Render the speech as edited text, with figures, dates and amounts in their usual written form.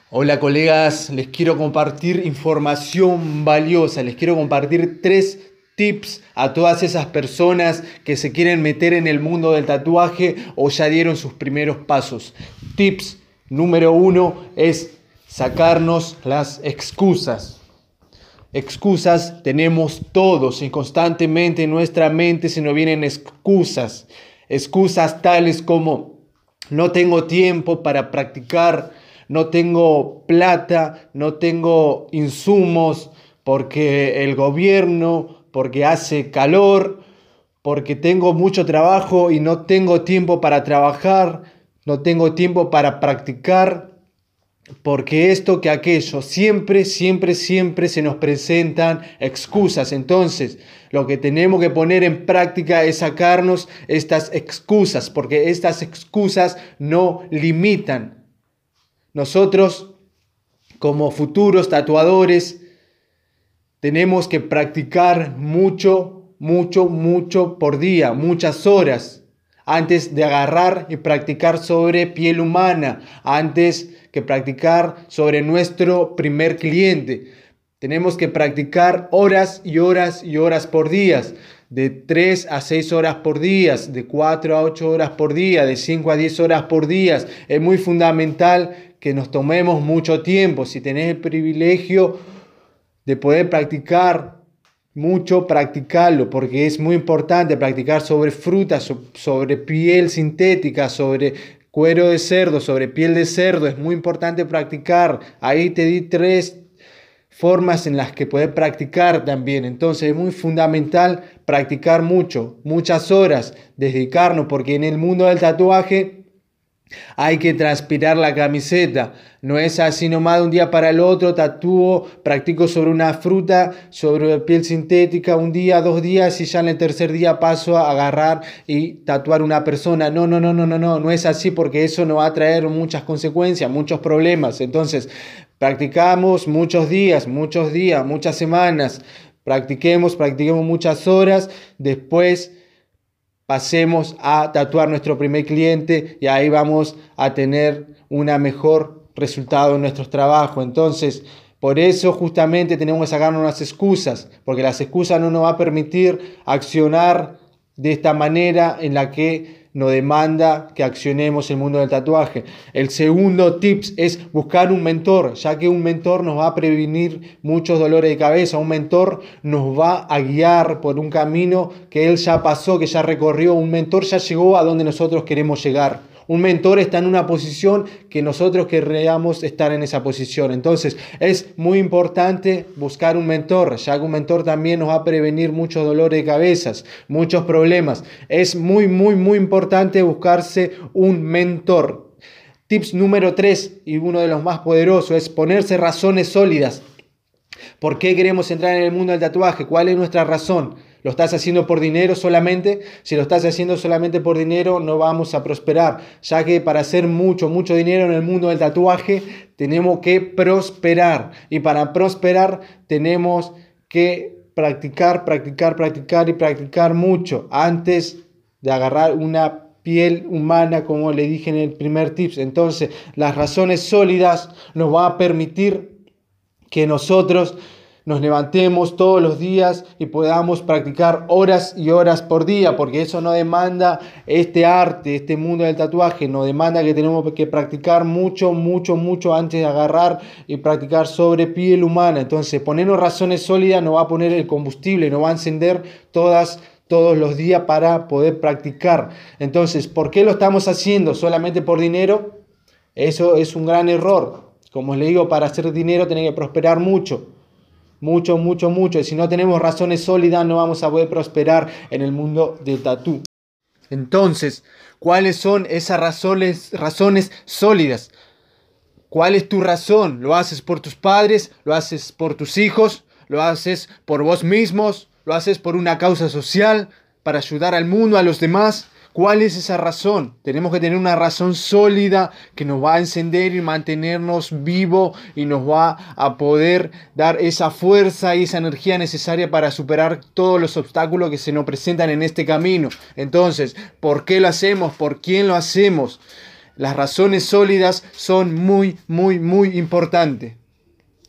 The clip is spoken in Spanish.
Hola colegas, les quiero compartir información valiosa, les quiero compartir 3 tips a todas esas personas que se quieren meter en el mundo del tatuaje o ya dieron sus primeros pasos. Tips número 1 es sacarnos las excusas. Excusas tenemos todos y constantemente en nuestra mente se nos vienen excusas. Excusas tales como no tengo tiempo para practicar, no tengo plata, no tengo insumos porque el gobierno, porque hace calor, porque tengo mucho trabajo y no tengo tiempo para trabajar, no tengo tiempo para practicar, porque esto que aquello, siempre se nos presentan excusas. Entonces, lo que tenemos que poner en práctica es sacarnos estas excusas, porque estas excusas no limitan. Nosotros, como futuros tatuadores, tenemos que practicar mucho por día, muchas horas, antes de agarrar y practicar sobre piel humana, antes que practicar sobre nuestro primer cliente. Tenemos que practicar horas y horas y horas por día, de 3 a 6 horas por día, de 4 a 8 horas por día, de 5 a 10 horas por día. Es muy fundamental que nos tomemos mucho tiempo. Si tenés el privilegio de poder practicar mucho, practicarlo, porque es muy importante practicar sobre frutas, sobre piel sintética, sobre cuero de cerdo, sobre piel de cerdo. Es muy importante practicar. Ahí te di 3 formas en las que poder practicar también. Entonces es muy fundamental practicar muchas horas, dedicarnos, porque en el mundo del tatuaje hay que transpirar la camiseta. No es así nomás de un día para el otro, tatúo, practico sobre una fruta, sobre piel sintética, un día, 2 días y ya en el tercer día paso a agarrar y tatuar una persona. No es así, porque eso nos va a traer muchas consecuencias, muchos problemas. Entonces, practicamos muchos días, muchas semanas, practiquemos muchas horas, después pasemos a tatuar nuestro primer cliente y ahí vamos a tener un mejor resultado en nuestros trabajos. Entonces, por eso justamente tenemos que sacarnos las excusas, porque las excusas no nos va a permitir accionar de esta manera en la que nos demanda que accionemos el mundo del tatuaje. El segundo tips es buscar un mentor, ya que un mentor nos va a prevenir muchos dolores de cabeza. Un mentor nos va a guiar por un camino que él ya pasó, que ya recorrió. Un mentor ya llegó a donde nosotros queremos llegar. Un mentor está en una posición que nosotros querríamos estar en esa posición. Entonces es muy importante buscar un mentor, ya que un mentor también nos va a prevenir muchos dolores de cabezas, muchos problemas. Es muy importante buscarse un mentor. Tips número 3 y uno de los más poderosos es ponerse razones sólidas. ¿Por qué queremos entrar en el mundo del tatuaje? ¿Cuál es nuestra razón? ¿Lo estás haciendo por dinero solamente? Si lo estás haciendo solamente por dinero, no vamos a prosperar, ya que para hacer mucho dinero en el mundo del tatuaje tenemos que prosperar, y para prosperar tenemos que practicar y practicar mucho antes de agarrar una piel humana, como le dije en el primer tips. Entonces, las razones sólidas nos van a permitir que nosotros nos levantemos todos los días y podamos practicar horas y horas por día, porque eso no demanda este arte, este mundo del tatuaje, nos demanda que tenemos que practicar mucho antes de agarrar y practicar sobre piel humana. Entonces, ponernos razones sólidas nos va a poner el combustible, nos va a encender todos los días para poder practicar. Entonces, ¿por qué lo estamos haciendo? ¿Solamente por dinero? Eso es un gran error. Como les digo, para hacer dinero tenés que prosperar mucho. Y si no tenemos razones sólidas, no vamos a poder prosperar en el mundo del tatú. Entonces, ¿cuáles son esas razones sólidas? ¿Cuál es tu razón? ¿Lo haces por tus padres? ¿Lo haces por tus hijos? ¿Lo haces por vos mismos? ¿Lo haces por una causa social? ¿Para ayudar al mundo, a los demás? ¿Cuál es esa razón? Tenemos que tener una razón sólida que nos va a encender y mantenernos vivos y nos va a poder dar esa fuerza y esa energía necesaria para superar todos los obstáculos que se nos presentan en este camino. Entonces, ¿por qué lo hacemos? ¿Por quién lo hacemos? Las razones sólidas son muy, muy, muy importantes.